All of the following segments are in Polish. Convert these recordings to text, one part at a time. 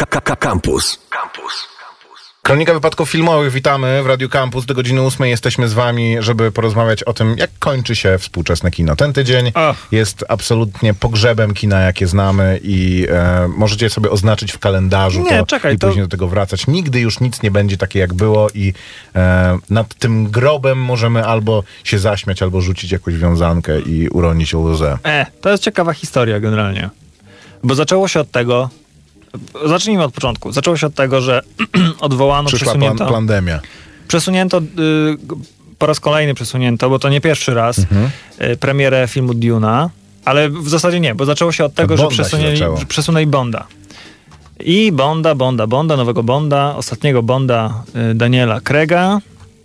Campus. Kronika wypadków filmowych. Witamy w Radiu Campus. Do godziny 8 jesteśmy z wami, żeby porozmawiać o tym, jak kończy się współczesne kino. Ten tydzień jest absolutnie pogrzebem kina, jakie znamy i możecie sobie oznaczyć w kalendarzu i później do tego wracać. Nigdy już nic nie będzie takie, jak było i nad tym grobem możemy albo się zaśmiać, albo rzucić jakąś wiązankę i uronić łzę. To jest ciekawa historia generalnie. Bo zaczęło się od tego, zacznijmy od początku. Zaczęło się od tego, że odwołano, przesunięto... pandemia. Przesunięto, po raz kolejny przesunięto, bo to nie pierwszy raz, premierę filmu Dune'a, ale w zasadzie nie, bo zaczęło się od tego, że przesunęli Bonda. I Bonda, nowego Bonda, ostatniego Bonda Daniela Craiga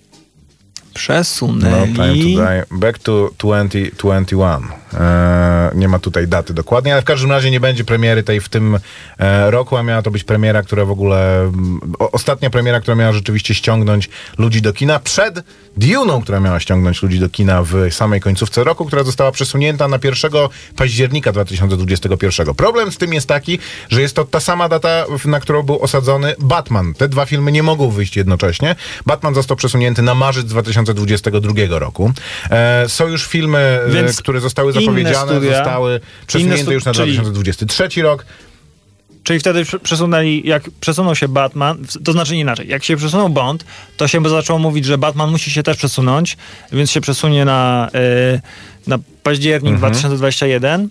przesunęli... No, time to die. Back to 2021. Nie ma tutaj daty dokładnie, ale w każdym razie nie będzie premiery tej w tym roku, a miała to być premiera, która w ogóle... Ostatnia premiera, która miała rzeczywiście ściągnąć ludzi do kina przed Dune'ą, która miała ściągnąć ludzi do kina w samej końcówce roku, która została przesunięta na 1 października 2021. Problem z tym jest taki, że jest to ta sama data, na którą był osadzony Batman. Te dwa filmy nie mogą wyjść jednocześnie. Batman został przesunięty na marzec 2022 roku. Są już filmy, które zostały zapowiedziane, zostały przesunięte już na 2023 rok. Czyli wtedy jak przesunął się Batman, to znaczy inaczej, jak się przesunął Bond, to się zaczęło mówić, że Batman musi się też przesunąć, więc się przesunie na październik 2021,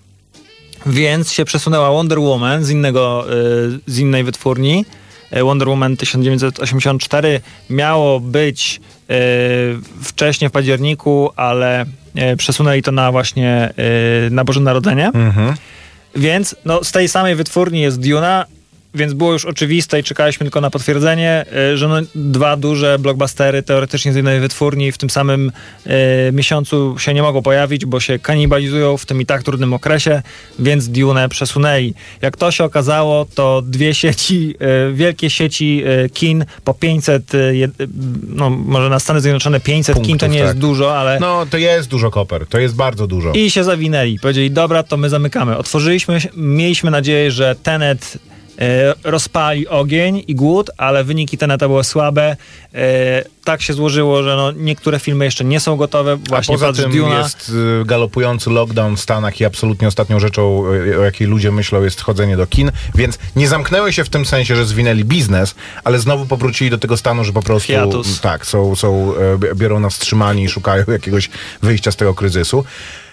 więc się przesunęła Wonder Woman z innej wytwórni. Wonder Woman 1984 miało być wcześniej w październiku, ale przesunęli to na właśnie na Boże Narodzenie. Więc z tej samej wytwórni jest Dune'a, więc było już oczywiste i czekaliśmy tylko na potwierdzenie, że dwa duże blockbustery teoretycznie z jednej wytwórni w tym samym miesiącu się nie mogą pojawić, bo się kanibalizują w tym i tak trudnym okresie, więc Dune'ę przesunęli. Jak to się okazało, to dwie sieci, wielkie sieci kin po 500, może na Stany Zjednoczone 500 punktów, kin to nie jest dużo, ale... No, to jest dużo, Koper, to jest bardzo dużo. I się zawinęli. Powiedzieli, dobra, to my zamykamy. Otworzyliśmy, mieliśmy nadzieję, że Tenet rozpali ogień i głód, ale wyniki Teneta były słabe. Tak się złożyło, że niektóre filmy jeszcze nie są gotowe. Właśnie a poza tym jest galopujący lockdown w Stanach i absolutnie ostatnią rzeczą, o jakiej ludzie myślą, jest chodzenie do kin, więc nie zamknęły się w tym sensie, że zwinęli biznes, ale znowu powrócili do tego stanu, że po prostu hiatus. Tak, biorą na wstrzymanie i szukają jakiegoś wyjścia z tego kryzysu.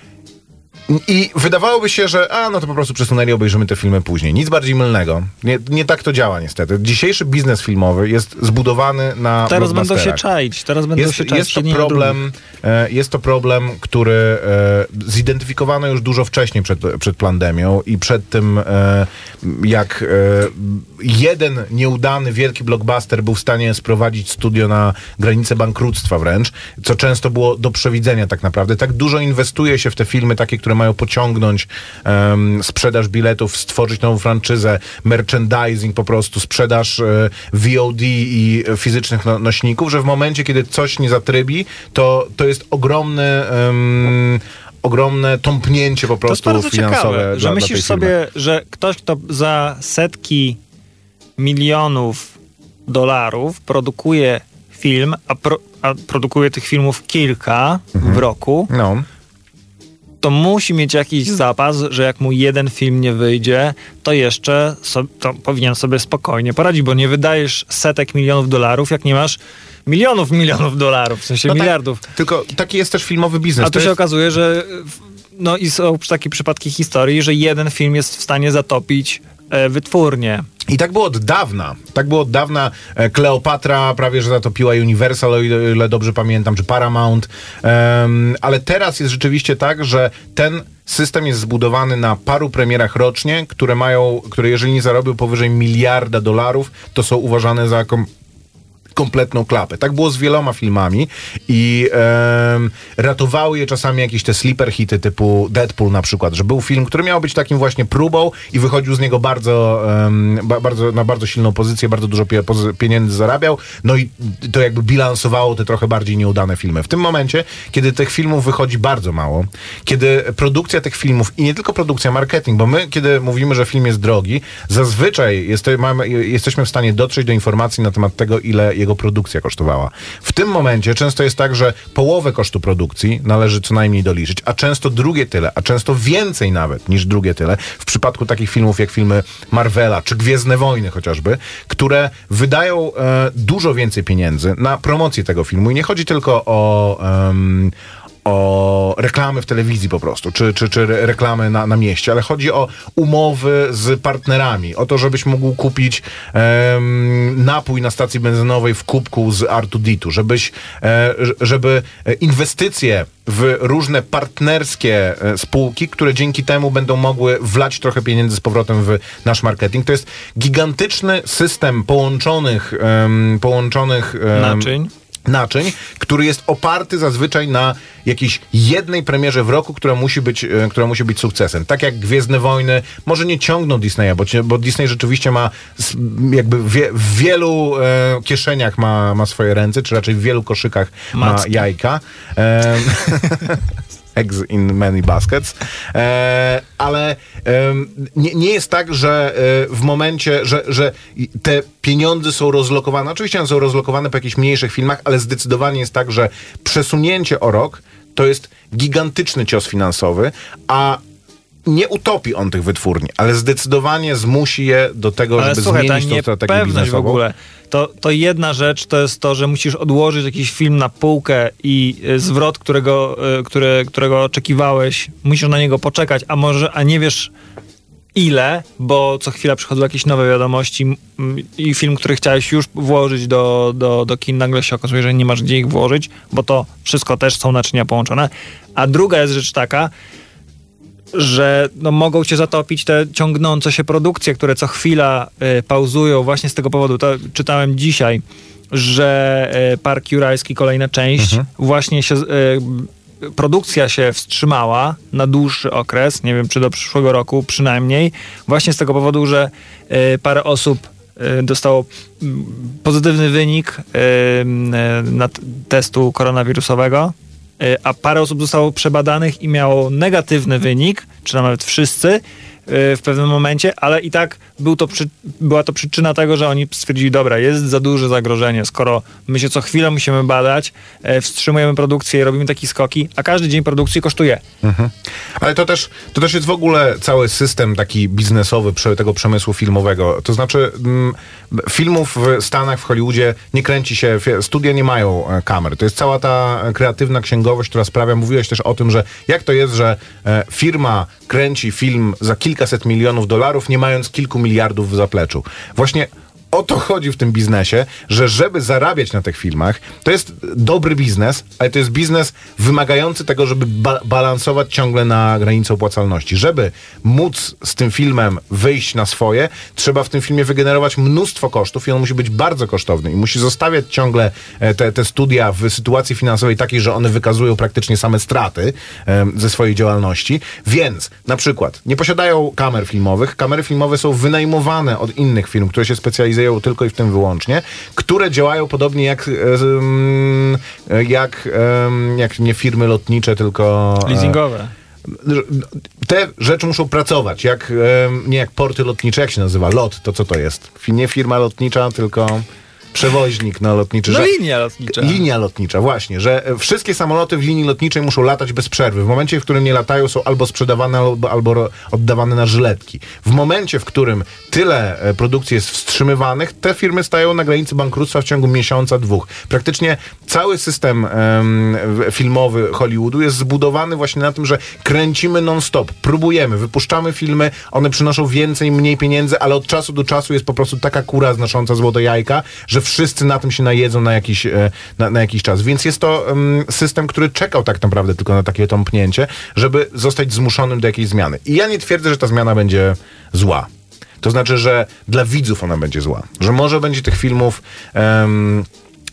I wydawałoby się, że to po prostu przesunęli, obejrzymy te filmy później. Nic bardziej mylnego. Nie tak to działa niestety. Dzisiejszy biznes filmowy jest zbudowany na Teraz będą się czaić. Jest to problem, który zidentyfikowano już dużo wcześniej przed pandemią i przed tym, jak jeden nieudany wielki blockbuster był w stanie sprowadzić studio na granicę bankructwa wręcz, co często było do przewidzenia tak naprawdę. Tak dużo inwestuje się w te filmy takie, które mają pociągnąć sprzedaż biletów, stworzyć nową franczyzę, merchandising po prostu, sprzedaż VOD i fizycznych nośników, że w momencie, kiedy coś nie zatrybi, to jest ogromne tąpnięcie po prostu to jest bardzo finansowe. Ciekawe, że myślisz sobie, że ktoś, kto za setki milionów dolarów produkuje film, a produkuje tych filmów kilka w roku, to musi mieć jakiś zapas, że jak mu jeden film nie wyjdzie, to jeszcze powinien sobie spokojnie poradzić, bo nie wydajesz setek milionów dolarów, jak nie masz milionów dolarów, w sensie miliardów. Tak, tylko taki jest też filmowy biznes. A tu się okazuje, że i są takie przypadki historii, że jeden film jest w stanie zatopić wytwórnię. I tak było od dawna. Kleopatra prawie, że zatopiła Universal, o ile dobrze pamiętam, czy Paramount. Ale teraz jest rzeczywiście tak, że ten system jest zbudowany na paru premierach rocznie, które jeżeli nie zarobią powyżej $1 miliarda, to są uważane za kompletną klapę. Tak było z wieloma filmami i ratowały je czasami jakieś te sleeper hity typu Deadpool na przykład, że był film, który miał być takim właśnie próbą i wychodził z niego na bardzo silną pozycję, bardzo dużo pieniędzy zarabiał, no i to jakby bilansowało te trochę bardziej nieudane filmy. W tym momencie, kiedy tych filmów wychodzi bardzo mało, kiedy produkcja tych filmów i nie tylko produkcja, marketing, bo my, kiedy mówimy, że film jest drogi, zazwyczaj jesteśmy w stanie dotrzeć do informacji na temat tego, ile jego produkcja kosztowała. W tym momencie często jest tak, że połowę kosztu produkcji należy co najmniej doliczyć, a często drugie tyle, a często więcej nawet niż drugie tyle. W przypadku takich filmów jak filmy Marvela, czy Gwiezdne Wojny chociażby, które wydają dużo więcej pieniędzy na promocję tego filmu. I nie chodzi tylko o reklamy w telewizji po prostu, czy reklamy na mieście, ale chodzi o umowy z partnerami, o to, żebyś mógł kupić napój na stacji benzynowej w kubku z R2D2, żeby inwestycje w różne partnerskie spółki, które dzięki temu będą mogły wlać trochę pieniędzy z powrotem w nasz marketing. To jest gigantyczny system połączonych naczyń, który jest oparty zazwyczaj na jakiejś jednej premierze w roku, która musi być sukcesem. Tak jak Gwiezdne Wojny może nie ciągną Disneya, bo Disney rzeczywiście ma jakby w wielu kieszeniach ma swoje ręce, czy raczej w wielu koszykach ma jajka. Eggs in many baskets. Ale nie jest tak, że w momencie, że te pieniądze są rozlokowane. Oczywiście one są rozlokowane po jakichś mniejszych filmach, ale zdecydowanie jest tak, że przesunięcie o rok to jest gigantyczny cios finansowy, a nie utopi on tych wytwórni, ale zdecydowanie zmusi je do tego, żeby zmienić tą strategię biznesową. W ogóle. To jedna rzecz to jest to, że musisz odłożyć jakiś film na półkę i zwrot, którego oczekiwałeś, musisz na niego poczekać, a nie wiesz ile, bo co chwila przychodzą jakieś nowe wiadomości i film, który chciałeś już włożyć do kin, nagle się okazuje, że nie masz gdzie ich włożyć, bo to wszystko też są naczynia połączone. A druga jest rzecz taka, że mogą cię zatopić te ciągnące się produkcje, które co chwila pauzują właśnie z tego powodu. To czytałem dzisiaj, że Park Jurajski, kolejna część, właśnie się produkcja się wstrzymała na dłuższy okres, nie wiem, czy do przyszłego roku przynajmniej, właśnie z tego powodu, że parę osób dostało pozytywny wynik testu koronawirusowego, a parę osób zostało przebadanych i miało negatywny wynik, czy nawet wszyscy w pewnym momencie, ale i tak była to przyczyna tego, że oni stwierdzili, dobra, jest za duże zagrożenie, skoro my się co chwilę musimy badać, wstrzymujemy produkcję i robimy takie skoki, a każdy dzień produkcji kosztuje. Ale to też jest w ogóle cały system taki biznesowy tego przemysłu filmowego. To znaczy filmów w Stanach, w Hollywoodzie nie kręci się, studia nie mają kamer. To jest cała ta kreatywna księgowość, która sprawia, mówiłeś też o tym, że jak to jest, że firma kręci film za kilkaset milionów dolarów, nie mając kilku miliardów w zapleczu. Właśnie o to chodzi w tym biznesie, że żeby zarabiać na tych filmach, to jest dobry biznes, ale to jest biznes wymagający tego, żeby balansować ciągle na granicy opłacalności. Żeby móc z tym filmem wyjść na swoje, trzeba w tym filmie wygenerować mnóstwo kosztów i on musi być bardzo kosztowny i musi zostawiać ciągle te studia w sytuacji finansowej takiej, że one wykazują praktycznie same straty ze swojej działalności. Więc na przykład nie posiadają kamer filmowych. Kamery filmowe są wynajmowane od innych firm, które się specjalizują tylko i w tym wyłącznie, które działają podobnie jak nie firmy lotnicze, tylko leasingowe. Te rzeczy muszą pracować, nie jak porty lotnicze, jak się nazywa? LOT, to co to jest? Nie firma lotnicza, tylko przewoźnik lotniczy. Linia lotnicza. Linia lotnicza, właśnie, że wszystkie samoloty w linii lotniczej muszą latać bez przerwy. W momencie, w którym nie latają, są albo sprzedawane, albo oddawane na żyletki. W momencie, w którym tyle produkcji jest wstrzymywanych, te firmy stają na granicy bankructwa w ciągu miesiąca, dwóch. Praktycznie cały system filmowy Hollywoodu jest zbudowany właśnie na tym, że kręcimy non-stop, próbujemy, wypuszczamy filmy, one przynoszą więcej, mniej pieniędzy, ale od czasu do czasu jest po prostu taka kura znosząca złote jajka, że wszyscy na tym się najedzą na jakiś czas. Więc jest to system, który czekał tak naprawdę tylko na takie tąpnięcie, żeby zostać zmuszonym do jakiejś zmiany. I ja nie twierdzę, że ta zmiana będzie zła. To znaczy, że dla widzów ona będzie zła. Że może będzie tych filmów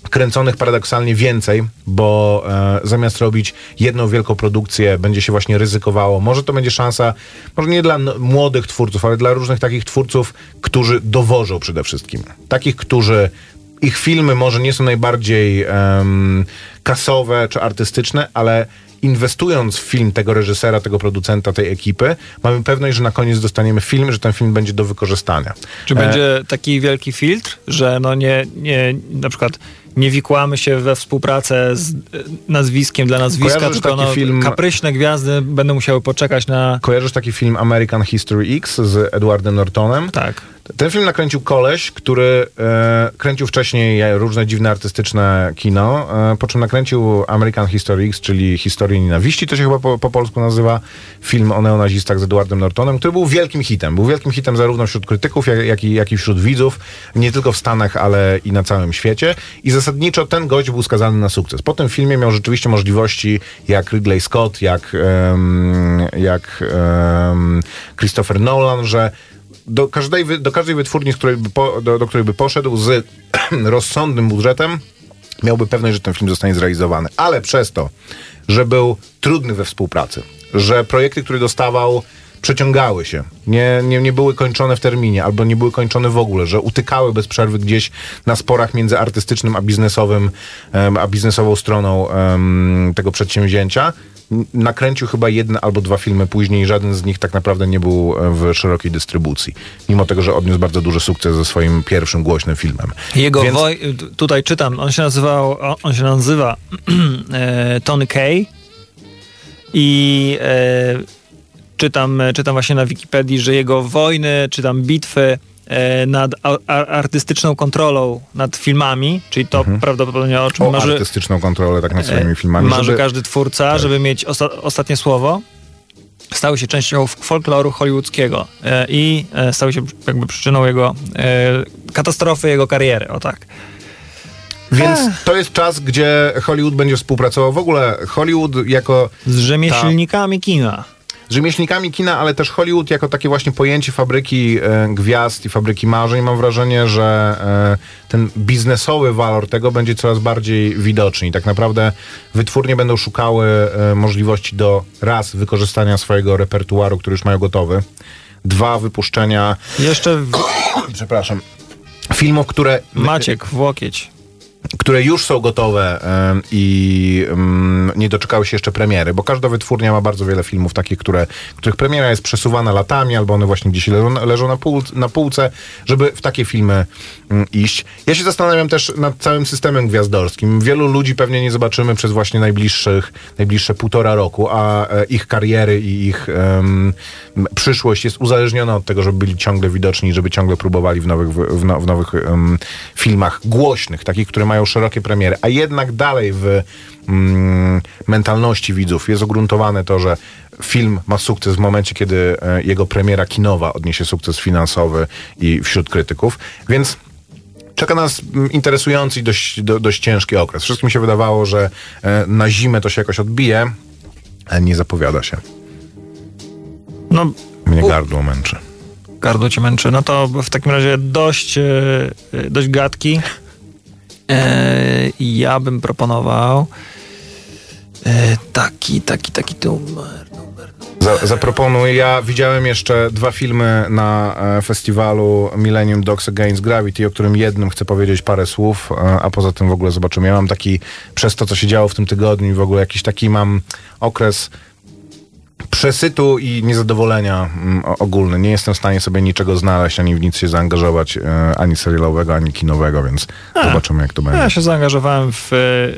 kręconych paradoksalnie więcej, bo zamiast robić jedną wielką produkcję, będzie się właśnie ryzykowało. Może to będzie szansa, może nie dla młodych twórców, ale dla różnych takich twórców, którzy dowożą przede wszystkim. Takich, którzy ich filmy może nie są najbardziej kasowe czy artystyczne, ale inwestując w film tego reżysera, tego producenta, tej ekipy, mamy pewność, że na koniec dostaniemy film, że ten film będzie do wykorzystania. Czy będzie taki wielki filtr, że no nie na przykład nie wikłamy się we współpracę z nazwiskiem dla nazwiska, Kojarzysz tylko taki film, kapryśne gwiazdy będą musiały poczekać na... Kojarzysz taki film American History X z Edwardem Nortonem? Tak. Ten film nakręcił koleś, który kręcił wcześniej różne dziwne artystyczne kino, po czym nakręcił American History X, czyli Historię Nienawiści, to się chyba po polsku nazywa, film o neonazistach z Edwardem Nortonem, który był wielkim hitem. Był wielkim hitem zarówno wśród krytyków, jak i wśród widzów, nie tylko w Stanach, ale i na całym świecie. I zasadniczo ten gość był skazany na sukces. Po tym filmie miał rzeczywiście możliwości, jak Ridley Scott, jak Christopher Nolan, że do każdej wytwórni, do której by poszedł z rozsądnym budżetem, miałby pewność, że ten film zostanie zrealizowany. Ale przez to, że był trudny we współpracy, że projekty, które dostawał, przeciągały się, nie były kończone w terminie, albo nie były kończone w ogóle, że utykały bez przerwy gdzieś na sporach między artystycznym a biznesową stroną tego przedsięwzięcia, nakręcił chyba 1 albo 2 filmy później, żaden z nich tak naprawdę nie był w szerokiej dystrybucji. Mimo tego, że odniósł bardzo duży sukces ze swoim pierwszym głośnym filmem. Tutaj czytam, on się nazywa Tony Kaye i czytam właśnie na Wikipedii, że jego wojny, czy tam bitwy nad artystyczną kontrolą nad filmami, czyli to prawdopodobnie o czym marzy... artystyczną kontrolę tak nad swoimi filmami. Marzy każdy twórca, tak, żeby mieć ostatnie słowo. Stały się częścią folkloru hollywoodzkiego i stały się jakby przyczyną jego katastrofy jego kariery, o tak. Więc to jest czas, gdzie Hollywood będzie współpracował. W ogóle Hollywood jako... z rzemieślnikami kina. Z rzemieślnikami kina, ale też Hollywood jako takie właśnie pojęcie fabryki gwiazd i fabryki marzeń. Mam wrażenie, że ten biznesowy walor tego będzie coraz bardziej widoczny. I tak naprawdę wytwórnie będą szukały możliwości do wykorzystania swojego repertuaru, który już mają gotowy. 2, wypuszczenia... Przepraszam. Filmów, które... Maciek w łokieć. Które już są gotowe i nie doczekały się jeszcze premiery, bo każda wytwórnia ma bardzo wiele filmów takich, których premiera jest przesuwana latami, albo one właśnie gdzieś leżą na półce, żeby w takie filmy iść. Ja się zastanawiam też nad całym systemem gwiazdorskim. Wielu ludzi pewnie nie zobaczymy przez właśnie najbliższe 1,5 roku, a ich kariery i ich przyszłość jest uzależniona od tego, żeby byli ciągle widoczni, żeby ciągle próbowali w nowych filmach głośnych, takich, które mają szerokie premiery, a jednak dalej w mentalności widzów jest ugruntowane to, że film ma sukces w momencie, kiedy jego premiera kinowa odniesie sukces finansowy i wśród krytyków, więc czeka nas interesujący i dość ciężki okres. Wszystkim się wydawało, że na zimę to się jakoś odbije, ale nie zapowiada się. Mnie gardło męczy. Gardło cię męczy. No to w takim razie dość gadki. Ja bym proponował taki numer. Zaproponuję. Ja widziałem jeszcze 2 filmy na festiwalu Millennium Dogs Against Gravity, o którym jednym chcę powiedzieć parę słów, a poza tym w ogóle zobaczymy. Ja mam taki, przez to, co się działo w tym tygodniu i w ogóle jakiś taki mam okres przesytu i niezadowolenia ogólny. Nie jestem w stanie sobie niczego znaleźć, ani w nic się zaangażować, ani serialowego, ani kinowego, więc zobaczymy, jak to będzie. Ja się zaangażowałem w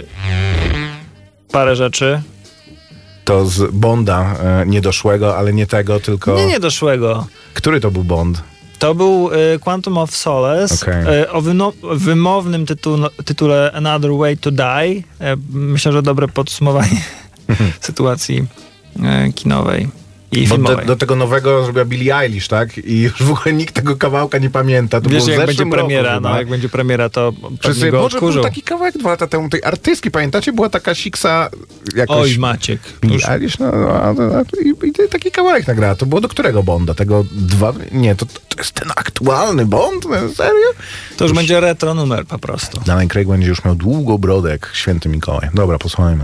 parę rzeczy. To z Bonda niedoszłego, ale nie tego, tylko... Nie doszłego. Który to był Bond? To był Quantum of Solace, okay. O wymownym tytule Another Way to Die. Myślę, że dobre podsumowanie sytuacji kinowej. i Bo filmowej. do tego nowego zrobiła Billie Eilish, tak? I już w ogóle nikt tego kawałka nie pamięta. To Wiesz, było w jak będzie zeszłym premiera, roku, no jak będzie premiera, to Wszyscy, pewnie go może odkurzą. był taki kawałek 2 lata temu, tej artystki, pamiętacie? Była taka siksa jakoś... Oj, Maciek. Billie Eilish, i taki kawałek nagrała. To było do którego Bonda? Tego 2? Nie, to jest ten aktualny Bond? Serio? To już będzie retro numer po prostu. Daniel Craig będzie już miał długą brodę jak Święty Mikołaj. Dobra, posłuchajmy.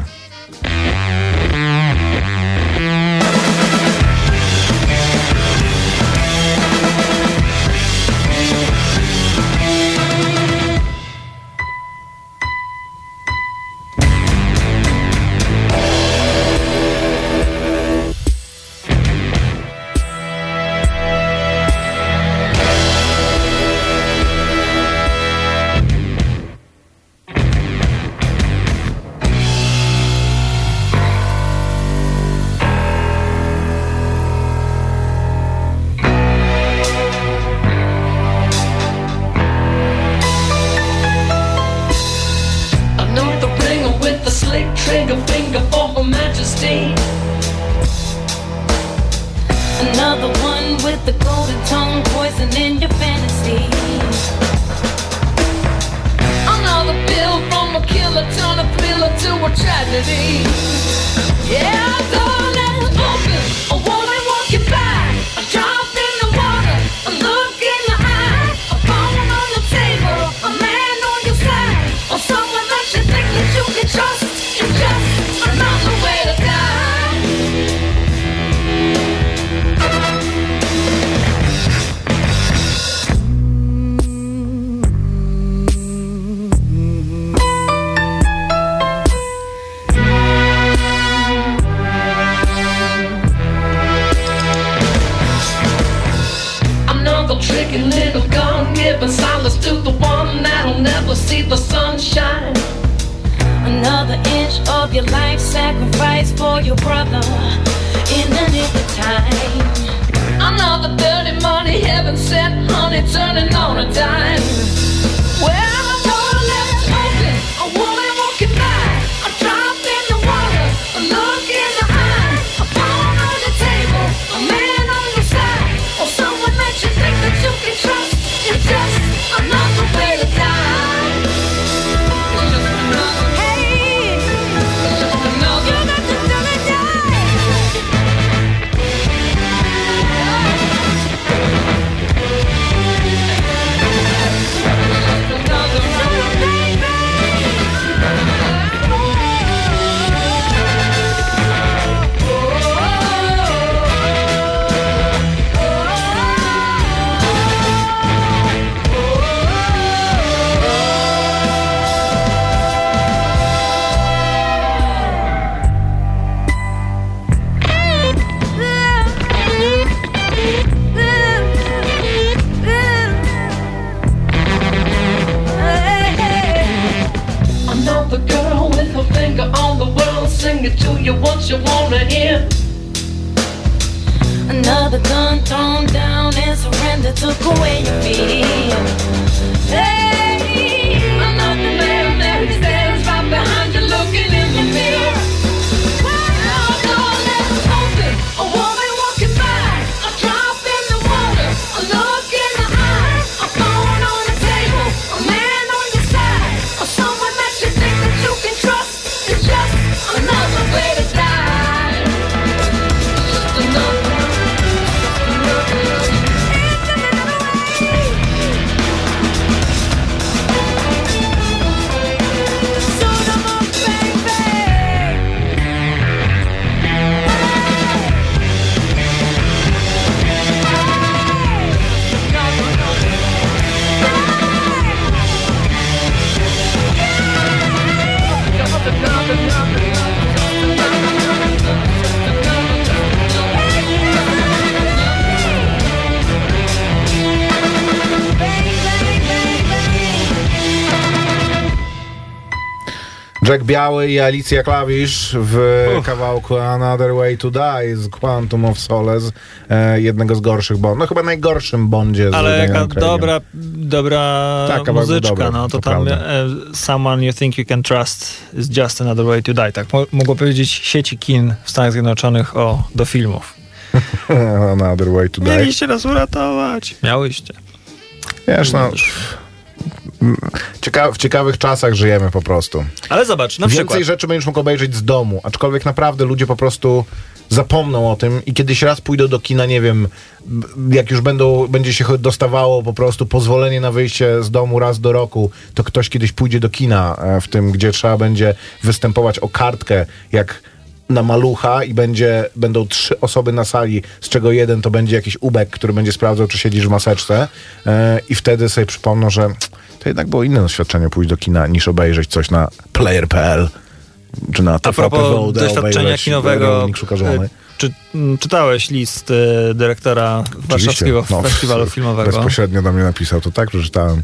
Jack Biały i Alicja Klawisz w kawałku Another Way to Die z Quantum of Solace, jednego z gorszych Bond. No chyba najgorszym Bondzie z ale jaka dobra tak, muzyczka, dobry, no to tam Someone You Think You Can Trust is Just Another Way to Die. Tak mogło powiedzieć sieci kin w Stanach Zjednoczonych do filmów. Another way to die. Mieliście nas uratować. Miałyście. Wiesz, no... W ciekawych czasach żyjemy po prostu. Ale zobacz, na przykład... Więcej rzeczy będziesz mógł obejrzeć z domu, aczkolwiek naprawdę ludzie po prostu zapomną o tym i kiedyś raz pójdą do kina, nie wiem, jak już będzie się dostawało po prostu pozwolenie na wyjście z domu raz do roku, to ktoś kiedyś pójdzie do kina w tym, gdzie trzeba będzie występować o kartkę, jak na malucha i będą 3 osoby na sali, z czego jeden to będzie jakiś ubek, który będzie sprawdzał, czy siedzisz w maseczce i wtedy sobie przypomną, że to jednak było inne doświadczenie pójść do kina, niż obejrzeć coś na player.pl czy na TVP A propos Wołdę, doświadczenia kinowego, czy czytałeś list dyrektora Warszawskiego Festiwalu Filmowego? Bezpośrednio do mnie napisał, to tak przeczytałem.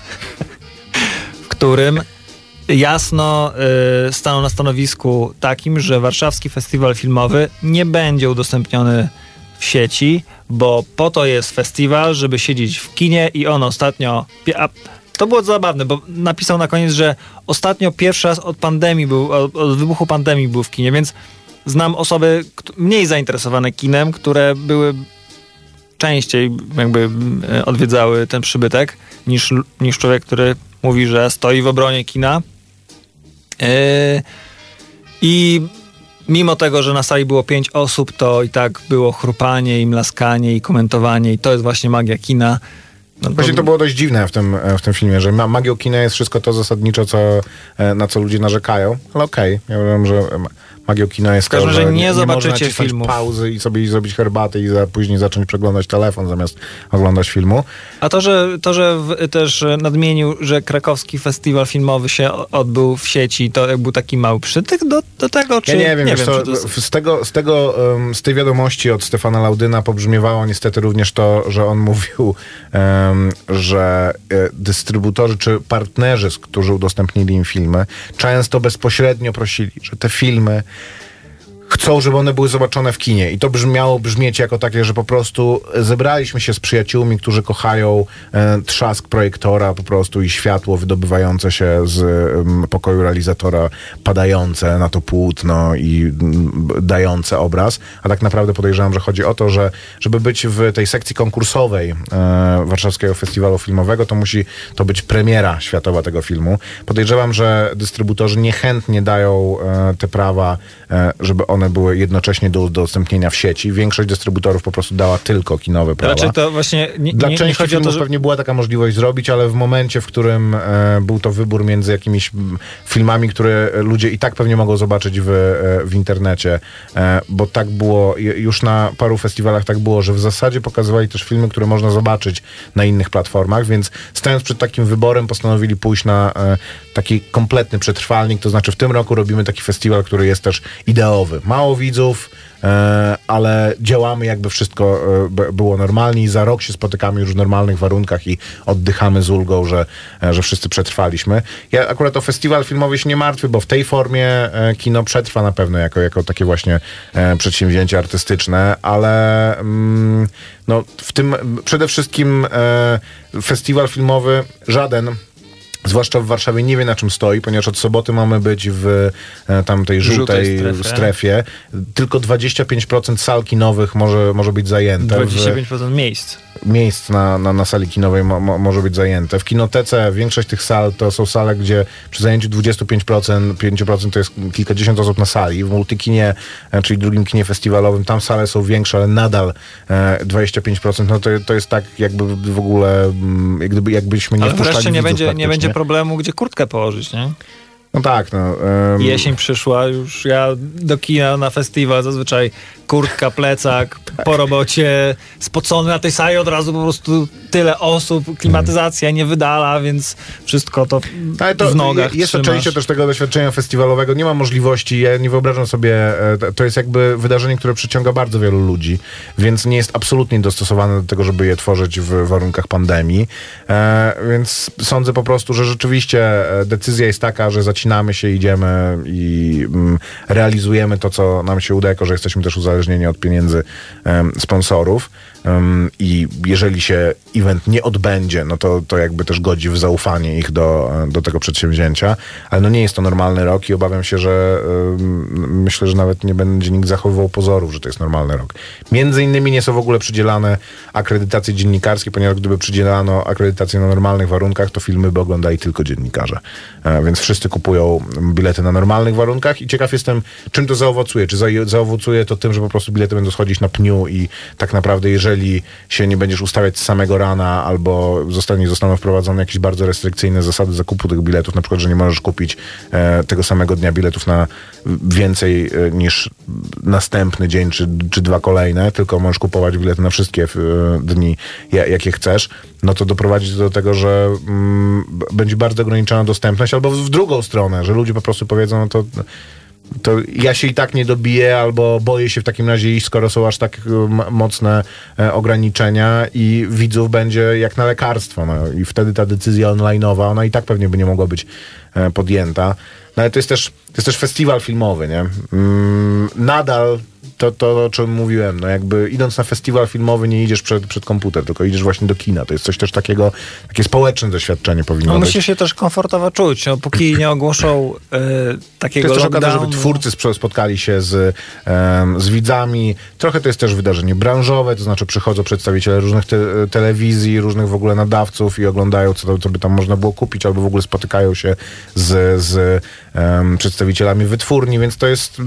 W którym jasno stanął na stanowisku takim, że Warszawski Festiwal Filmowy nie będzie udostępniony w sieci, bo po to jest festiwal, żeby siedzieć w kinie i on ostatnio... To było zabawne, bo napisał na koniec, że ostatnio pierwszy raz od wybuchu pandemii był w kinie, więc znam osoby mniej zainteresowane kinem, które były częściej jakby odwiedzały ten przybytek niż człowiek, który mówi, że stoi w obronie kina. I mimo tego, że na sali było 5 osób, to i tak było chrupanie i mlaskanie i komentowanie i to jest właśnie magia kina. No właśnie to było dość dziwne w tym filmie, że magią kina jest wszystko to zasadniczo, na co ludzie narzekają, ale okej. Ja wiem, że magią kina jest to, że nie zobaczycie można nacisnąć filmów. pauzy i sobie zrobić herbatę i później zacząć przeglądać telefon zamiast oglądać filmu. A że też nadmienił, że krakowski festiwal filmowy się odbył w sieci, to był taki mały przytyk do tego, czy... Ja nie wiem, z tej wiadomości od Stefana Laudyna pobrzmiewało niestety również to, że on mówił, że dystrybutorzy czy partnerzy, którzy udostępnili im filmy, często bezpośrednio prosili, że te filmy chcą, żeby one były zobaczone w kinie. I to miało brzmieć jako takie, że po prostu zebraliśmy się z przyjaciółmi, którzy kochają trzask projektora po prostu i światło wydobywające się z pokoju realizatora, padające na to płótno i dające obraz. A tak naprawdę podejrzewam, że chodzi o to, że żeby być w tej sekcji konkursowej Warszawskiego Festiwalu Filmowego, to musi to być premiera światowa tego filmu. Podejrzewam, że dystrybutorzy niechętnie dają te prawa, żeby one były jednocześnie do udostępnienia w sieci. Większość dystrybutorów po prostu dała tylko kinowe prawa. Raczej to właśnie Dla części chodzi filmów o to, że... pewnie była taka możliwość zrobić, ale w momencie, w którym był to wybór między jakimiś filmami, które ludzie i tak pewnie mogą zobaczyć w internecie, bo tak było, już na paru festiwalach tak było, że w zasadzie pokazywali też filmy, które można zobaczyć na innych platformach, więc stając przed takim wyborem postanowili pójść na taki kompletny przetrwalnik, to znaczy w tym roku robimy taki festiwal, który jest też ideowy. Mało widzów, ale działamy jakby wszystko było normalnie i za rok się spotykamy już w normalnych warunkach i oddychamy z ulgą, że wszyscy przetrwaliśmy. Ja akurat o festiwal filmowy się nie martwię, bo w tej formie kino przetrwa na pewno jako takie właśnie przedsięwzięcie artystyczne, ale no, w tym przede wszystkim festiwal filmowy żaden, zwłaszcza w Warszawie, nie wie, na czym stoi, ponieważ od soboty mamy być w tamtej żółtej strefie. Tylko 25% sal kinowych może być zajęte. 25% miejsc. Miejsc na sali kinowej może być zajęte. W kinotece większość tych sal to są sale, gdzie przy zajęciu 5% to jest kilkadziesiąt osób na sali. W multikinie, czyli drugim kinie festiwalowym, tam sale są większe, ale nadal 25%, no to jest tak jakby w ogóle, jakbyśmy nie wpuszczali widzów praktycznie. Nie będzie problemu, gdzie kurtkę położyć, nie? No tak, no. Jesień przyszła, już ja do kina na festiwal zazwyczaj kurtka, plecak, po robocie, spocony na tej sali od razu po prostu tyle osób, klimatyzacja nie wydala, więc wszystko to w nogach jest to trzymasz. częścią też tego doświadczenia festiwalowego. Nie ma możliwości, ja nie wyobrażam sobie, to jest jakby wydarzenie, które przyciąga bardzo wielu ludzi, więc nie jest absolutnie dostosowane do tego, żeby je tworzyć w warunkach pandemii, więc sądzę po prostu, że rzeczywiście decyzja jest taka, że zacinamy się, idziemy i realizujemy to, co nam się uda, jako że jesteśmy też uzależnieni od pieniędzy sponsorów. i jeżeli się event nie odbędzie, no to jakby też godzi w zaufanie ich do tego przedsięwzięcia, ale no nie jest to normalny rok i obawiam się, że myślę, że nawet nie będzie nikt zachowywał pozorów, że to jest normalny rok. Między innymi nie są w ogóle przydzielane akredytacje dziennikarskie, ponieważ gdyby przydzielano akredytacje na normalnych warunkach, to filmy by oglądali tylko dziennikarze. Więc wszyscy kupują bilety na normalnych warunkach i ciekaw jestem, czym to zaowocuje. Czy zaowocuje to tym, że po prostu bilety będą schodzić na pniu i tak naprawdę jeżeli się nie będziesz ustawiać z samego rana albo zostaną wprowadzone jakieś bardzo restrykcyjne zasady zakupu tych biletów, na przykład, że nie możesz kupić tego samego dnia biletów na więcej niż następny dzień czy dwa kolejne, tylko możesz kupować bilety na wszystkie dni, jakie chcesz, no to doprowadzi do tego, że będzie bardzo ograniczona dostępność, albo w drugą stronę, że ludzie po prostu powiedzą, no to ja się i tak nie dobiję, albo boję się w takim razie iść, skoro są aż tak mocne ograniczenia i widzów będzie jak na lekarstwo. No i wtedy ta decyzja online'owa, ona i tak pewnie by nie mogła być podjęta. No ale to jest też festiwal filmowy, nie? Nadal to, o czym mówiłem, no jakby idąc na festiwal filmowy nie idziesz przed komputer, tylko idziesz właśnie do kina. To jest coś też takiego, takie społeczne doświadczenie powinno być. Musisz się też komfortowo czuć, no, póki nie ogłoszą takiego lockdownu. To jest też okazja, żeby twórcy spotkali się z widzami. Trochę to jest też wydarzenie branżowe, to znaczy przychodzą przedstawiciele różnych telewizji, różnych w ogóle nadawców i oglądają, co by tam można było kupić, albo w ogóle spotykają się z przedstawicielami wytwórni, więc to jest...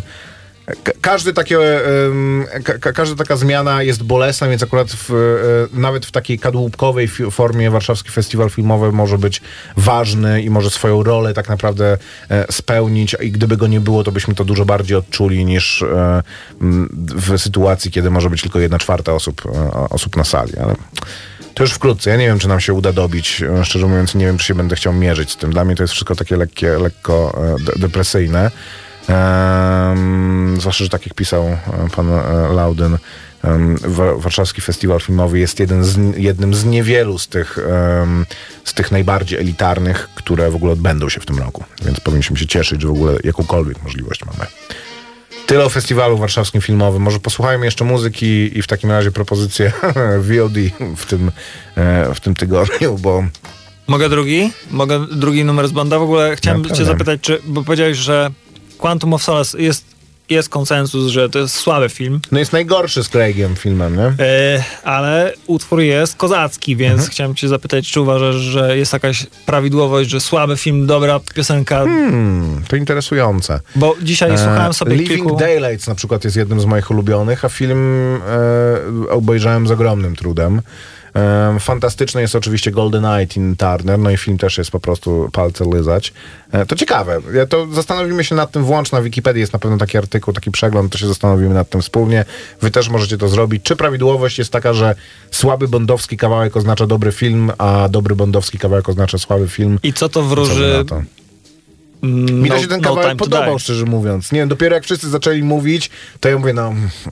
Każda taka zmiana jest bolesna, więc akurat nawet w takiej kadłubkowej formie Warszawski Festiwal Filmowy może być ważny i może swoją rolę tak naprawdę spełnić i gdyby go nie było, to byśmy to dużo bardziej odczuli niż w sytuacji, kiedy może być tylko 1/4 osób na sali, ale to już wkrótce. Ja nie wiem, czy nam się uda dobić. Szczerze mówiąc, nie wiem, czy się będę chciał mierzyć z tym. Dla mnie to jest wszystko takie lekko depresyjne. Zwłaszcza, że tak jak pisał pan Laudyn, Warszawski Festiwal Filmowy jest jednym z niewielu z tych najbardziej elitarnych, które w ogóle odbędą się w tym roku. Więc powinniśmy się cieszyć, że w ogóle jakąkolwiek możliwość mamy. Tyle o festiwalu warszawskim filmowym. Może posłuchajmy jeszcze muzyki i w takim razie propozycję VOD w tym tygodniu, bo... Mogę drugi numer z Bonda? W ogóle chciałem cię zapytać, bo powiedziałeś, że Quantum of Solace jest konsensus, że to jest słaby film. No jest najgorszy z Craigiem filmem, nie? Ale utwór jest kozacki, więc chciałem cię zapytać, czy uważasz, że jest jakaś prawidłowość, że słaby film, dobra piosenka? To interesujące. Bo dzisiaj słuchałem sobie Living Daylights na przykład jest jednym z moich ulubionych, a film obejrzałem z ogromnym trudem. Fantastyczny jest oczywiście Golden Eye Turner, no i film też jest po prostu palce lyzać. To ciekawe. To zastanowimy się nad tym, włącz na Wikipedii, jest na pewno taki artykuł, taki przegląd, to się zastanowimy nad tym wspólnie. Wy też możecie to zrobić. Czy prawidłowość jest taka, że słaby bondowski kawałek oznacza dobry film, a dobry bondowski kawałek oznacza słaby film? I co to wróży... Mi to się ten kawałek podobał, szczerze mówiąc. Nie wiem, dopiero jak wszyscy zaczęli mówić, to ja mówię,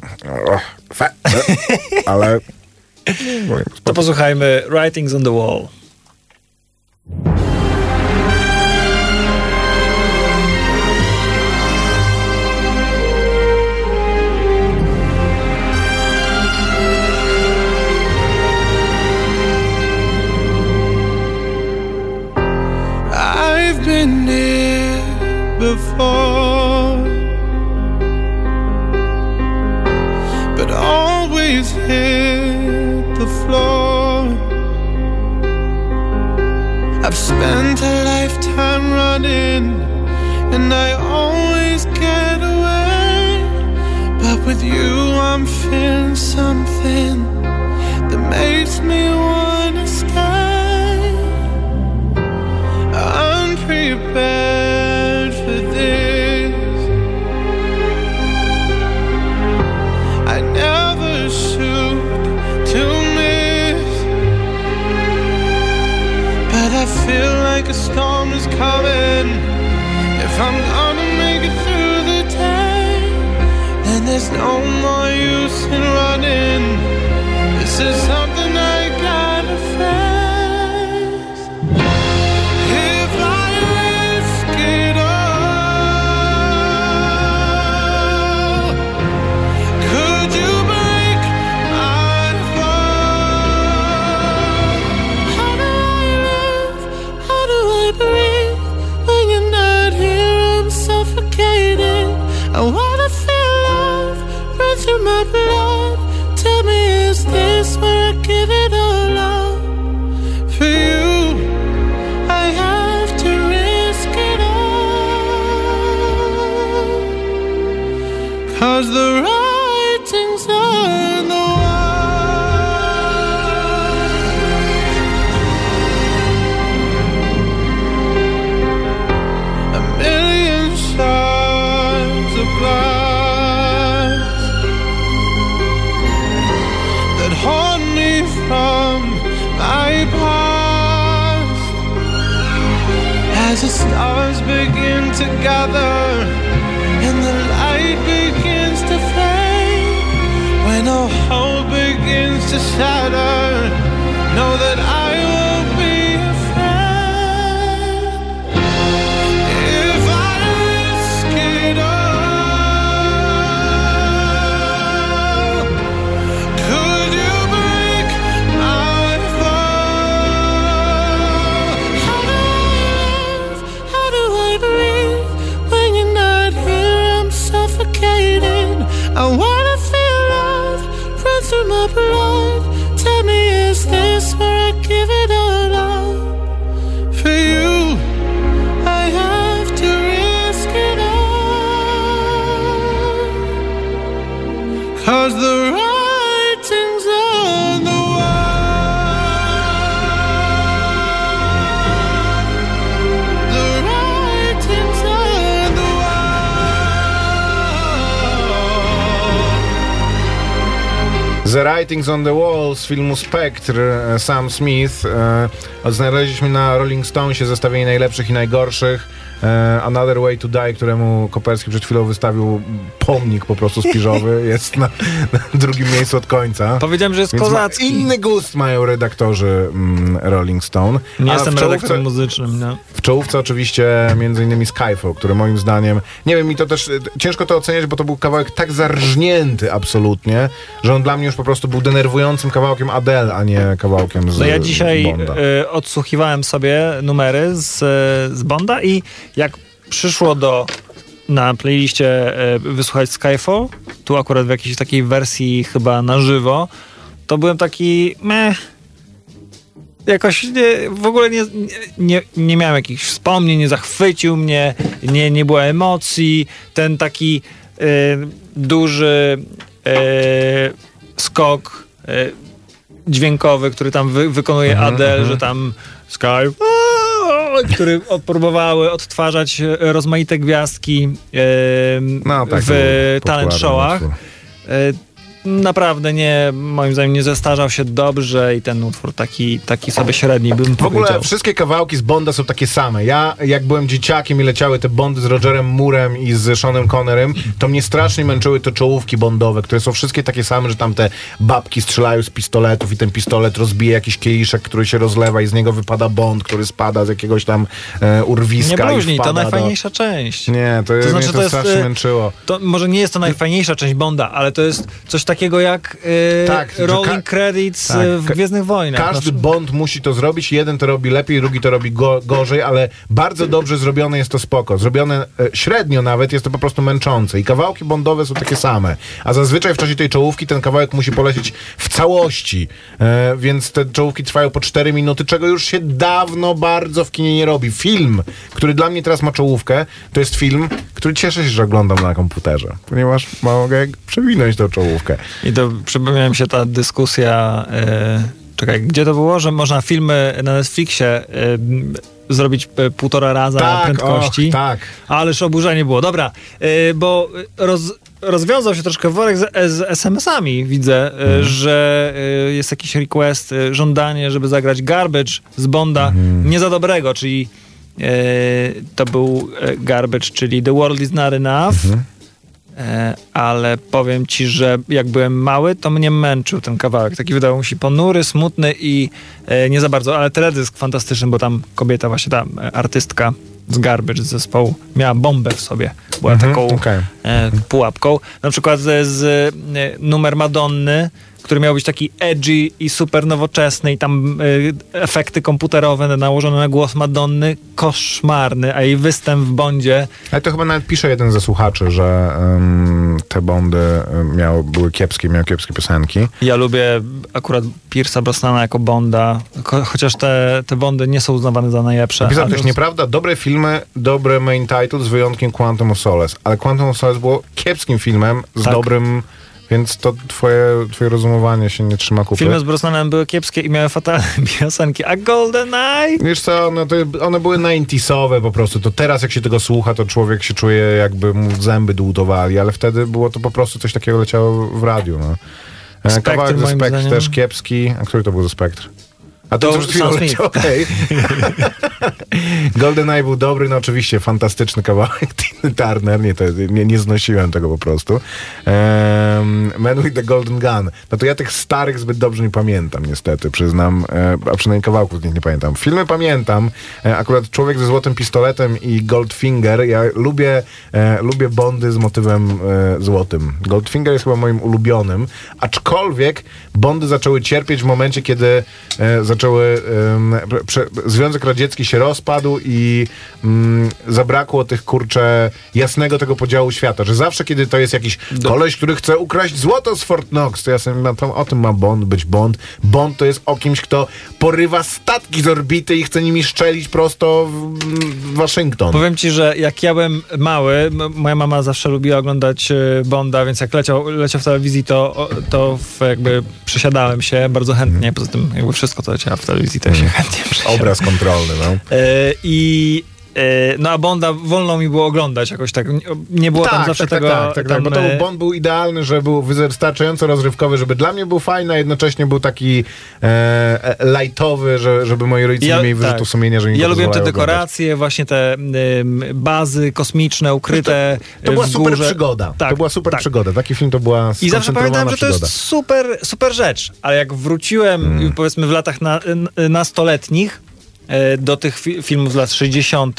ale... To posłuchajmy Writings on the Wall. I've been here before, but always hit the floor. I've spent a lifetime running, and I always get away. But with you I'm feeling something that makes me wanna stay. I'm prepared for this. I never shoot to miss, but I feel like a storm is coming. If I'm gonna make it through the day, then there's no more use in running. This is something I gotta face. If I risk it all, could you break my as the stars begin to gather and the light begins to fade. When all hope begins to shatter, know that I will be a friend. If I risk it all, could you break my fall? How do I breathe when you're not here? I'm suffocating. I wanna feel love run through my blood. Tell me, is this where I give it all up? For you, I have to risk it all. 'Cause the writing's on the wall. The writing's on the wall. The Writings on the Wall z filmu Spectre, Sam Smith. Znaleźliśmy na Rolling Stonesie zestawienie najlepszych i najgorszych. Another Way to Die, któremu Koperski przed chwilą wystawił pomnik po prostu spiżowy, jest na drugim miejscu od końca. Powiedziałem, że jest Więc kozacki. inny gust mają redaktorzy Rolling Stone. Nie A jestem w czołówce- redaktorem muzycznym, no. W czołówce oczywiście między innymi Skyfall, który moim zdaniem, nie wiem, mi to też ciężko to oceniać, bo to był kawałek tak zarżnięty absolutnie, że on dla mnie już po prostu był denerwującym kawałkiem Adele, a nie kawałkiem z No ja dzisiaj Bonda. odsłuchiwałem sobie numery z Bonda i jak przyszło na playliście wysłuchać Skyfall, tu akurat w jakiejś takiej wersji chyba na żywo, to byłem taki jakoś w ogóle nie miałem jakichś wspomnień, nie zachwycił mnie, nie było emocji. Ten taki duży skok dźwiękowy, który tam wykonuje Adele, że tam Sky, który próbowały odtwarzać rozmaite gwiazdki w talent showach. Naprawdę moim zdaniem nie zestarzał się dobrze i ten utwór taki sobie średni bym W ogóle powiedział. wszystkie kawałki z Bonda są takie same. Ja, jak byłem dzieciakiem i leciały te Bondy z Rogerem Moorem i z Seanem Connerem, to mnie strasznie męczyły te czołówki bondowe, które są wszystkie takie same, że tam te babki strzelają z pistoletów i ten pistolet rozbije jakiś kieliszek, który się rozlewa i z niego wypada Bond, który spada z jakiegoś tam urwiska. Nie bluźnij, i to najfajniejsza część. Nie, to znaczy, mnie to strasznie męczyło. To może nie jest to najfajniejsza część Bonda, ale to jest coś takiego jak rolling credits w Gwiezdnych Wojnach. Każdy Bond musi to zrobić. Jeden to robi lepiej, drugi to robi gorzej, ale bardzo dobrze zrobione jest to spoko. Zrobione średnio nawet jest to po prostu męczące. I kawałki bondowe są takie same. A zazwyczaj w czasie tej czołówki ten kawałek musi polecieć w całości. Więc te czołówki trwają po 4 minuty, czego już się dawno bardzo w kinie nie robi. Film, który dla mnie teraz ma czołówkę, to jest film, który cieszę się, że oglądam na komputerze. Ponieważ mogę przewinąć tą czołówkę. I to przypomniała mi się ta dyskusja, czekaj, gdzie to było, że można filmy na Netflixie zrobić 1,5 raza prędkości. Tak. Ależ oburzenie było. Dobra, bo rozwiązał się troszkę worek z SMS-ami. Widzę, że jest jakiś request, żądanie, żeby zagrać Garbage z Bonda nie za dobrego, czyli to był Garbage, czyli The World is Not Enough. Ale powiem ci, że jak byłem mały, to mnie męczył ten kawałek. Taki wydawał mi się ponury, smutny i nie za bardzo, ale teledysk fantastyczny, bo tam kobieta, właśnie ta artystka z Garbage, z zespołu, miała bombę w sobie. Była taką pułapką. Na przykład z numer Madonny, który miał być taki edgy i super nowoczesny i tam efekty komputerowe nałożone na głos Madonny, koszmarny, a jej występ w Bondzie. Ale to chyba nawet pisze jeden ze słuchaczy, że te Bondy były kiepskie, miały kiepskie piosenki. Ja lubię akurat Pierce'a Brosnana jako Bonda, chociaż te Bondy nie są uznawane za najlepsze. Napisał też, nieprawda, dobre filmy, dobre main title z wyjątkiem Quantum of Solace, ale Quantum of Solace było kiepskim filmem z dobrym. Więc to twoje rozumowanie się nie trzyma kupy. Filmy z Brosnanem były kiepskie i miały fatalne piosenki. A GoldenEye? Wiesz co, one były 90sowe po prostu. To teraz jak się tego słucha, to człowiek się czuje, jakby mu zęby dłutowali, ale wtedy było to po prostu coś takiego leciało w radiu. No. Kawałek ze Spectre też kiepski. A który to był ze Spectre? A to przed chwilą Sam Smith. okej. GoldenEye był dobry, no oczywiście, fantastyczny kawałek Tina Turner, nie znosiłem tego po prostu. Man with the Golden Gun. No to ja tych starych zbyt dobrze nie pamiętam, niestety, przyznam, a przynajmniej kawałków z nich nie pamiętam. Filmy pamiętam, akurat Człowiek ze złotym pistoletem i Goldfinger. Ja lubię Bondy z motywem złotym. Goldfinger jest chyba moim ulubionym, aczkolwiek Bondy zaczęły cierpieć w momencie, kiedy zaczęły Związek Radziecki się rozpadł i zabrakło tych, kurczę, jasnego tego podziału świata, że zawsze, kiedy to jest jakiś koleś, który chce ukraść złoto z Fort Knox, to ja sobie o tym ma Bond być Bond. Bond to jest o kimś, kto porywa statki z orbity i chce nimi szczelić prosto w Waszyngton. Powiem ci, że jak ja byłem mały, moja mama zawsze lubiła oglądać Bonda, więc jak leciał w telewizji, to jakby przesiadałem się bardzo chętnie. Poza tym jakby wszystko, co leciało w telewizji, to ja się chętnie przesiadałem. Obraz kontrolny, no. No a Bonda wolno mi było oglądać jakoś tak. Nie było tam zawsze tego... Tak, bo to Bond był idealny, że był wystarczająco rozrywkowy, żeby dla mnie był fajny, a jednocześnie był taki lightowy, żeby moi rodzice nie mieli wyrzutu sumienia, że mi Ja to lubiłem te oglądać. dekoracje, właśnie te bazy kosmiczne, ukryte to była w super górze. przygoda. Tak, to była super tak. przygoda. Taki film to była I zawsze pamiętałem, że to przygoda. jest super rzecz. Ale jak wróciłem, powiedzmy w latach nastoletnich, do tych filmów z lat 60.,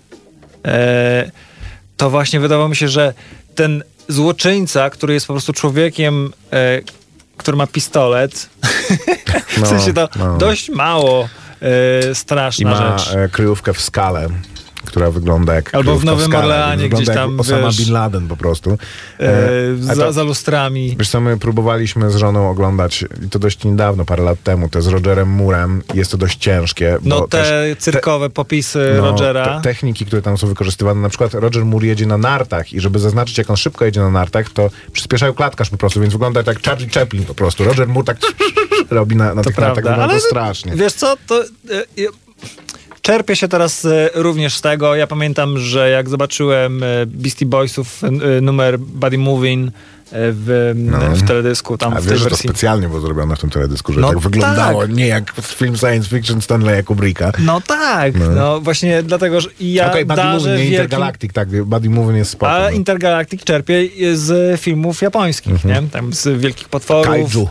to właśnie wydawało mi się, że ten złoczyńca, który jest po prostu człowiekiem, który ma pistolet, w sensie to dość mało straszna I ma rzecz. kryjówkę w skale, która wygląda jak Albo w Nowym skale, Orleanie gdzieś tam, jak Osama wiesz, Bin Laden po prostu. Za lustrami. Wiesz co, my próbowaliśmy z żoną oglądać, i to dość niedawno, parę lat temu, te z Rogerem Moorem. Jest to dość ciężkie. No bo te cyrkowe popisy Rogera. Techniki, które tam są wykorzystywane. Na przykład Roger Moore jedzie na nartach i żeby zaznaczyć, jak on szybko jedzie na nartach, to przyspieszają klatkarz po prostu, więc wygląda jak Charlie Chaplin po prostu. Roger Moore tak robi na tych nartach. Wygląda to strasznie. Wiesz co, to... Czerpię się teraz również z tego. Ja pamiętam, że jak zobaczyłem Beastie Boysów numer Body Moving w teledysku, tam a w tej wiesz, że to wersji. specjalnie było zrobione w tym teledysku, że No tak wyglądało, tak. nie jak film science fiction Stanleya Kubricka. No tak, no właśnie dlatego, że ja Okej, Buddy Moving, nie Intergalactic, tak, Buddy Moving jest spoko. A Intergalactic czerpie z filmów japońskich, nie? Tam z Wielkich Potworów. Kaiju.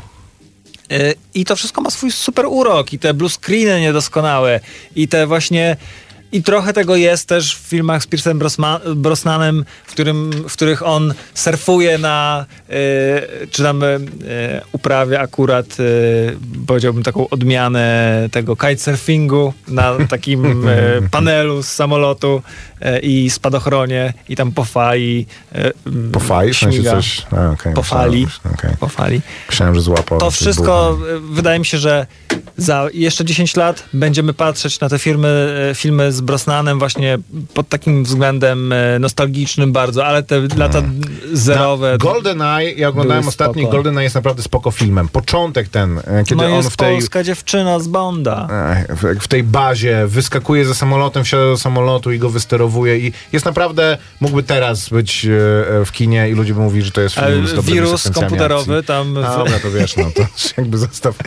I to wszystko ma swój super urok i te blue screeny niedoskonałe i te właśnie... I trochę tego jest też w filmach z Piersem Brosnanem, w których on surfuje na, czy tam uprawia akurat, powiedziałbym, taką odmianę tego kitesurfingu na takim panelu z samolotu i spadochronie i tam po fali. Po fali? W sensie śmiga. coś... Po fali. Okay. Po fali. Myślałem, że złapał. To wszystko, wydaje mi się, że za jeszcze 10 lat będziemy patrzeć na te filmy z Brosnanem właśnie pod takim względem nostalgicznym bardzo, ale te lata zerowe... GoldenEye, ja oglądałem ostatnio, spoko. GoldenEye jest naprawdę spoko filmem. Początek ten, kiedy no on jest w tej... polska dziewczyna z Bonda. W tej bazie wyskakuje ze samolotem, wsiada do samolotu i go wysterowuje i jest naprawdę, mógłby teraz być w kinie i ludzie by mówili, że to jest film z dobrymi wirus sekwencjami komputerowy akcji. tam... Dobra, to wiesz, no to jakby zostaw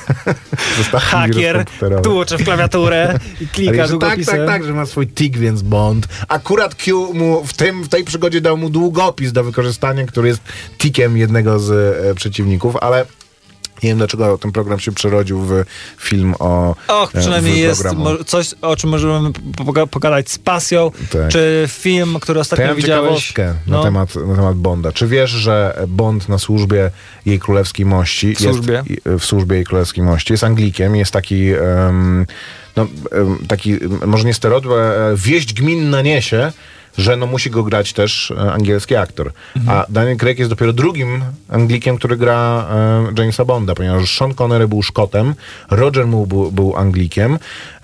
Hakier tłucze w klawiaturę i klika długopisem. Tak, że ma swój tik, więc Bond. Akurat Q mu w tej przygodzie dał mu długopis do wykorzystania, który jest tikiem jednego z przeciwników, ale nie wiem, dlaczego ten program się przerodził w film o... przynajmniej jest coś, o czym możemy pogadać z pasją, tak. Czy film, który ostatnio to ja mam widziałeś... ciekawostkę na temat Bonda. Czy wiesz, że Bond na służbie jej królewskiej mości... w służbie jej królewskiej mości jest Anglikiem, jest taki... taki, może nie stereotyp, wieść gminna niesie, że no musi go grać też angielski aktor. A Daniel Craig jest dopiero drugim Anglikiem, który gra Jamesa Bonda, ponieważ Sean Connery był Szkotem, Roger Moore był Anglikiem,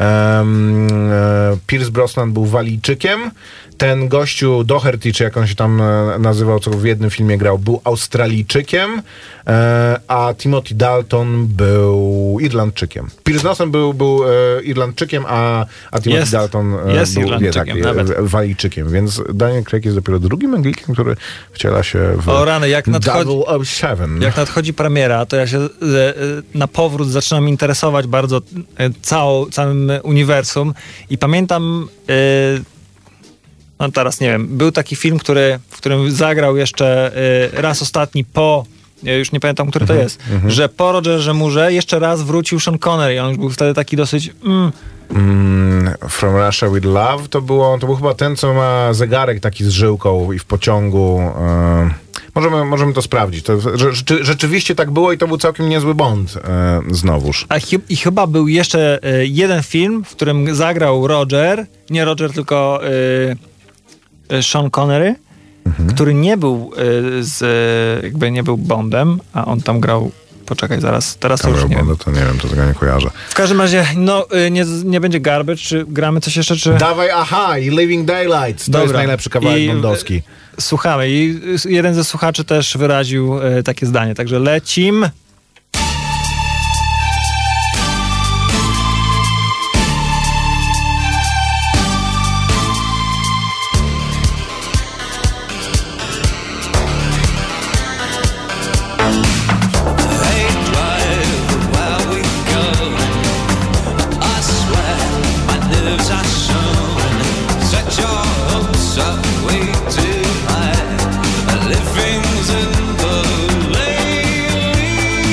Pierce Brosnan był Walijczykiem, ten gościu Doherty, czy jak on się tam nazywał, co w jednym filmie grał, był Australijczykiem, a Timothy Dalton był Irlandczykiem. Pierce Brosnan był Irlandczykiem, a Timothy Dalton jest był Irlandczykiem, Walijczykiem, więc Daniel Craig jest dopiero drugim Anglikiem, który wciela się w O rany, jak nadchodzi premiera, to ja się na powrót zaczynam interesować bardzo całym uniwersum i pamiętam, no teraz nie wiem, był taki film, w którym zagrał jeszcze raz ostatni ja już nie pamiętam, który to jest, że po Rogerze Moorze jeszcze raz wrócił Sean Connery i on już był wtedy taki dosyć... From Russia with Love to był chyba ten, co ma zegarek taki z żyłką i w pociągu. Możemy to sprawdzić. Rzeczywiście tak było i to był całkiem niezły Bond znowuż. I chyba był jeszcze jeden film, w którym zagrał nie Roger, tylko Sean Connery, który nie był nie był Bondem, a on tam grał. Poczekaj, teraz to już nie wiem. To nie wiem, to tego nie kojarzę. W każdym razie, nie będzie Garbage, czy gramy coś jeszcze, czy... Dawaj, aha, i Living Daylights. To jest najlepszy kawałek bondowski. Słuchamy. I jeden ze słuchaczy też wyraził takie zdanie, także lecim. Living's in the lane.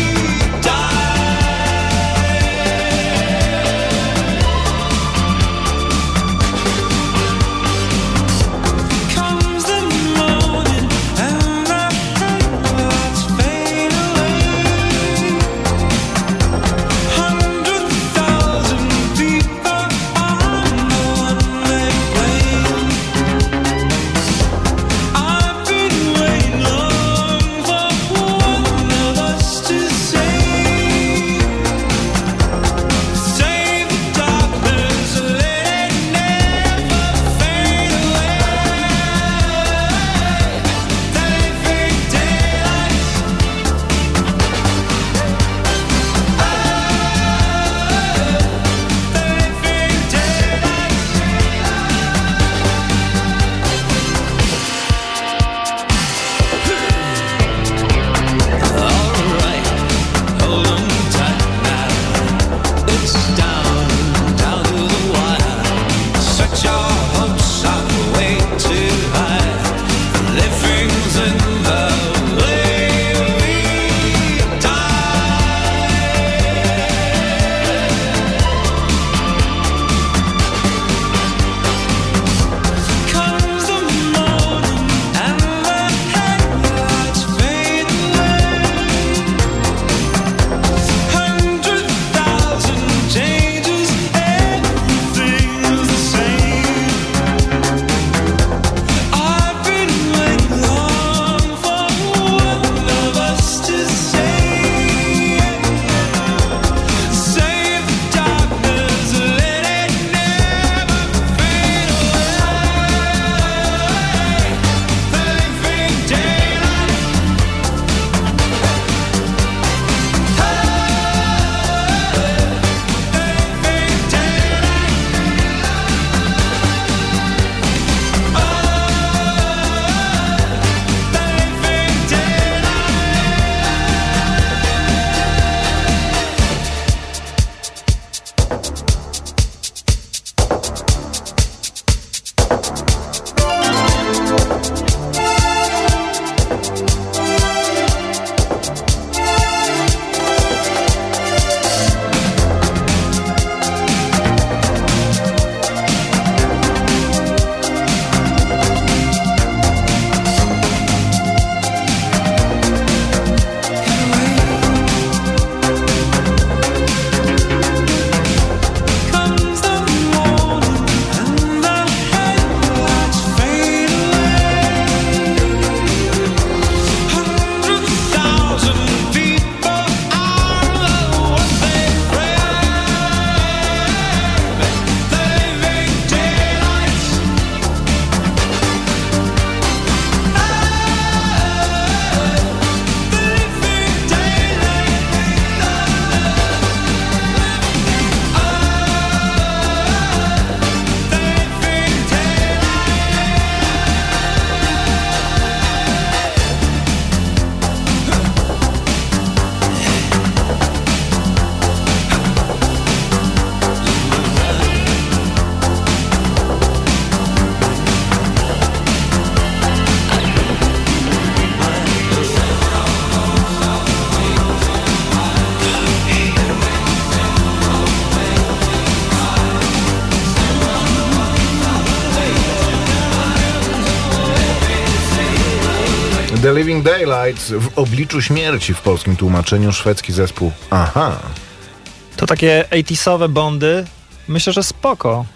The Living Daylights w obliczu śmierci w polskim tłumaczeniu, szwedzki zespół. Aha. To takie 80sowe Bondy, myślę, że spoko.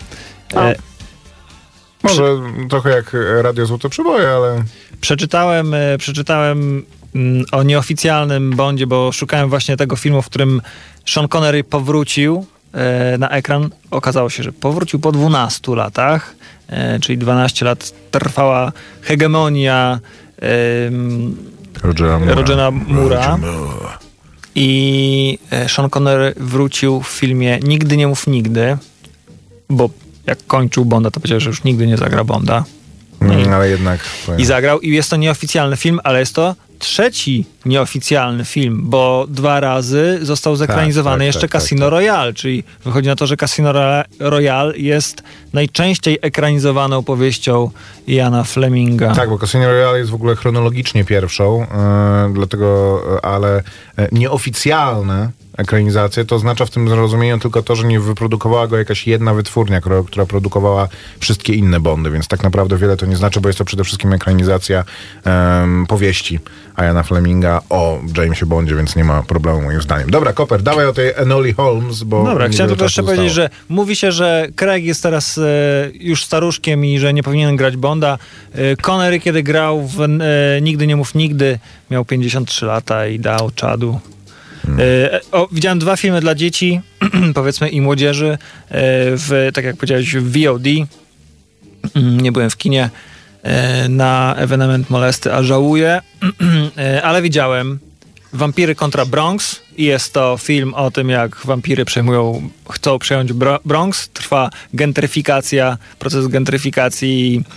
Może trochę jak Radio Złote Przyboje, ale... Przeczytałem o nieoficjalnym Bondzie, bo szukałem właśnie tego filmu, w którym Sean Connery powrócił na ekran. Okazało się, że powrócił po 12 latach, czyli 12 lat trwała hegemonia Rogera Moore'a. I Sean Connery wrócił w filmie Nigdy nie mów nigdy, bo jak kończył Bonda, to powiedział, że już nigdy nie zagra Bonda. Ale jednak... I zagrał. I jest to nieoficjalny film, ale jest to trzeci nieoficjalny film, bo 2 razy został zekranizowany jeszcze Casino Royale, czyli wychodzi na to, że Casino Royale jest najczęściej ekranizowaną powieścią Iana Fleminga. Tak, bo Casino Royale jest w ogóle chronologicznie pierwszą, dlatego, ale nieoficjalne ekranizację, to oznacza w tym zrozumieniu tylko to, że nie wyprodukowała go jakaś jedna wytwórnia, która produkowała wszystkie inne Bondy, więc tak naprawdę wiele to nie znaczy, bo jest to przede wszystkim ekranizacja powieści Iana Fleminga o Jamesie Bondzie, więc nie ma problemu moim zdaniem. Dobra, Koper, dawaj o tej Enoli Holmes, bo... Dobra, chciałem tylko jeszcze powiedzieć, że mówi się, że Craig jest teraz już staruszkiem i że nie powinien grać Bonda. Connery, kiedy grał w Nigdy nie mów nigdy, miał 53 lata i dał czadu. Widziałem 2 filmy dla dzieci, powiedzmy, i młodzieży, tak jak powiedziałeś, w VOD. Nie byłem w kinie na ewenement Molesty, a żałuję, ale widziałem Wampiry kontra Bronx i jest to film o tym, jak wampiry chcą przejąć Bronx. Trwa gentryfikacja, proces gentryfikacji i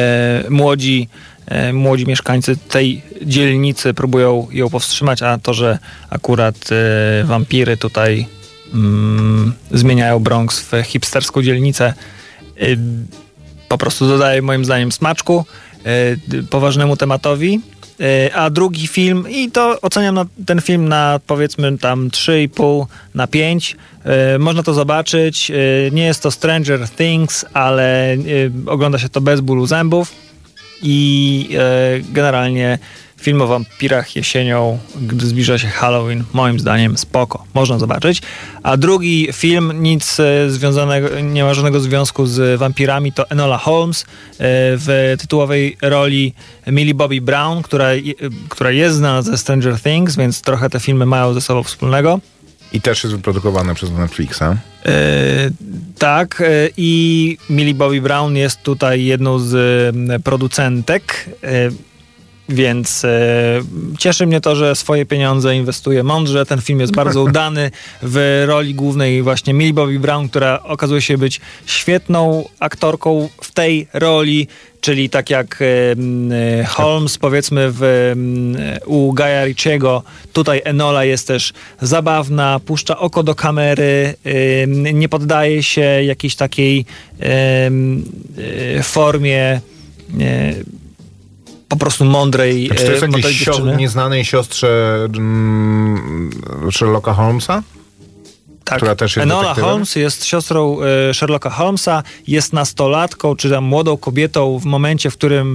młodzi mieszkańcy tej dzielnicy próbują ją powstrzymać, a to, że akurat wampiry tutaj zmieniają Bronx w hipsterską dzielnicę, po prostu dodaje moim zdaniem smaczku poważnemu tematowi. A drugi film, i to oceniam ten film na powiedzmy tam 3,5 na 5. Można to zobaczyć. Nie jest to Stranger Things, ale ogląda się to bez bólu zębów. I generalnie film o wampirach jesienią, gdy zbliża się Halloween, moim zdaniem spoko, można zobaczyć. A drugi film, nie ma żadnego związku z wampirami, to Enola Holmes w tytułowej roli Millie Bobby Brown, która jest znana ze Stranger Things, więc trochę te filmy mają ze sobą wspólnego. I też jest wyprodukowane przez Netflixa. Tak, i Millie Bobby Brown jest tutaj jedną z producentek, więc cieszy mnie to, że swoje pieniądze inwestuje mądrze. Ten film jest bardzo udany. W roli głównej właśnie Millie Bobby Brown, która okazuje się być świetną aktorką w tej roli, czyli tak jak Holmes, powiedzmy, u Guya Ritchiego. Tutaj Enola jest też zabawna, puszcza oko do kamery, nie poddaje się jakiejś takiej formie po prostu mądrej. Czy to jest jakiejś nieznanej siostrze Sherlocka Holmesa? Tak. Która też jest Enola detektywem? Holmes jest siostrą Sherlocka Holmesa, jest nastolatką, czy tam młodą kobietą w momencie, w którym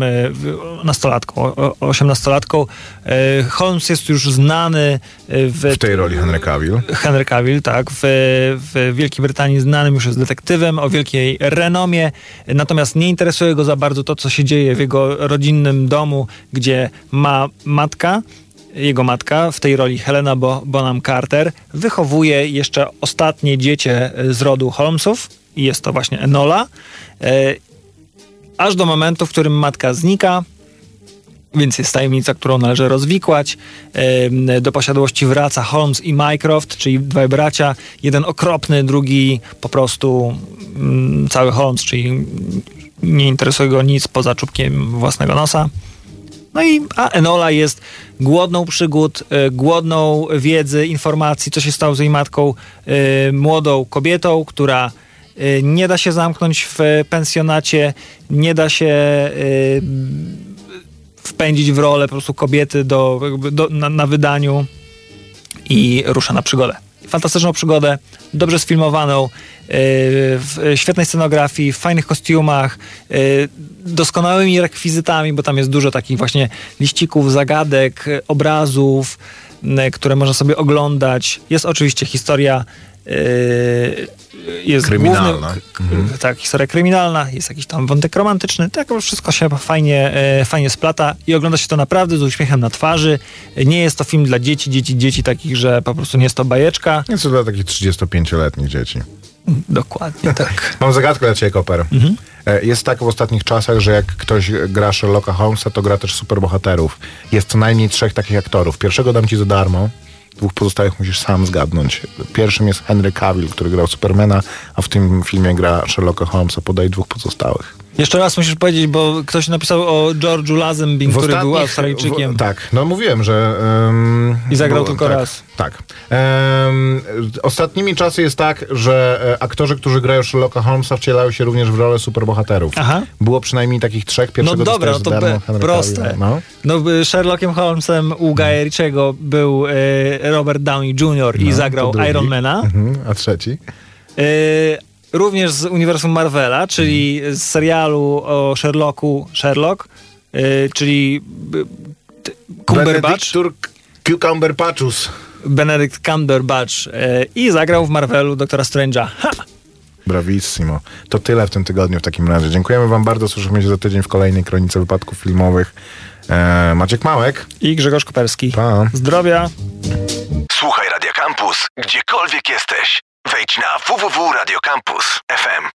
18-latką. Holmes jest już znany w tej roli Henry Cavill, tak. W Wielkiej Brytanii znanym już jest detektywem o wielkiej renomie, natomiast nie interesuje go za bardzo to, co się dzieje w jego rodzinnym domu, gdzie ma jego matka, w tej roli Helena Bonham Carter, wychowuje jeszcze ostatnie dziecię z rodu Holmesów i jest to właśnie Enola, aż do momentu, w którym matka znika, więc jest tajemnica, którą należy rozwikłać. Do posiadłości wraca Holmes i Mycroft, czyli 2 bracia, jeden okropny, drugi po prostu cały Holmes, czyli nie interesuje go nic poza czubkiem własnego nosa. No a Enola jest głodną przygód, głodną wiedzy, informacji, co się stało z jej matką, młodą kobietą, która nie da się zamknąć w pensjonacie, nie da się wpędzić w rolę po prostu kobiety na wydaniu i rusza na przygodę. fantastyczną przygodę, dobrze sfilmowaną, w świetnej scenografii, w fajnych kostiumach, doskonałymi rekwizytami, bo tam jest dużo takich właśnie liścików, zagadek, obrazów, które można sobie oglądać. Jest oczywiście historia jest kryminalna. Tak, historia kryminalna, jest jakiś tam wątek romantyczny, tak wszystko się fajnie splata i ogląda się to naprawdę z uśmiechem na twarzy. Nie jest to film dla dzieci takich, że po prostu nie jest to bajeczka. Jest to dla takich 35-letnich dzieci. Dokładnie, tak. Mam zagadkę dla ciebie, Koper. Jest tak w ostatnich czasach, że jak ktoś gra Sherlocka Holmesa, to gra też superbohaterów. Jest co najmniej 3 takich aktorów. Pierwszego dam ci za darmo. 2 pozostałych musisz sam zgadnąć. Pierwszym jest Henry Cavill, który grał Supermana, a w tym filmie gra Sherlocka Holmesa. Podaj 2 pozostałych. Jeszcze raz musisz powiedzieć, bo ktoś napisał o George'u Lazenbym, który był Australijczykiem. Tak, no mówiłem, że... I zagrał tylko raz. Tak. Ostatnimi czasy jest tak, że aktorzy, którzy grają Sherlocka Holmesa, wcielają się również w rolę superbohaterów. Aha. Było przynajmniej takich 3. Pierwszego no dobra, no to proste. No, Sherlockiem Holmesem u Guya Ritchiego był Robert Downey Jr. i zagrał Ironmana. A trzeci? Również z uniwersum Marvela, czyli z serialu o Sherlocku Sherlock, czyli Benedict Cumberbatch i zagrał w Marvelu Doktora Strange'a. Ha! Bravissimo. To tyle w tym tygodniu w takim razie. Dziękujemy wam bardzo. Słyszymy się za tydzień w kolejnej kronice wypadków filmowych. Maciek Małek i Grzegorz Koperski. Pa. Zdrowia. Słuchaj Radia Campus, gdziekolwiek jesteś. Wejdź na www.radiocampus.fm.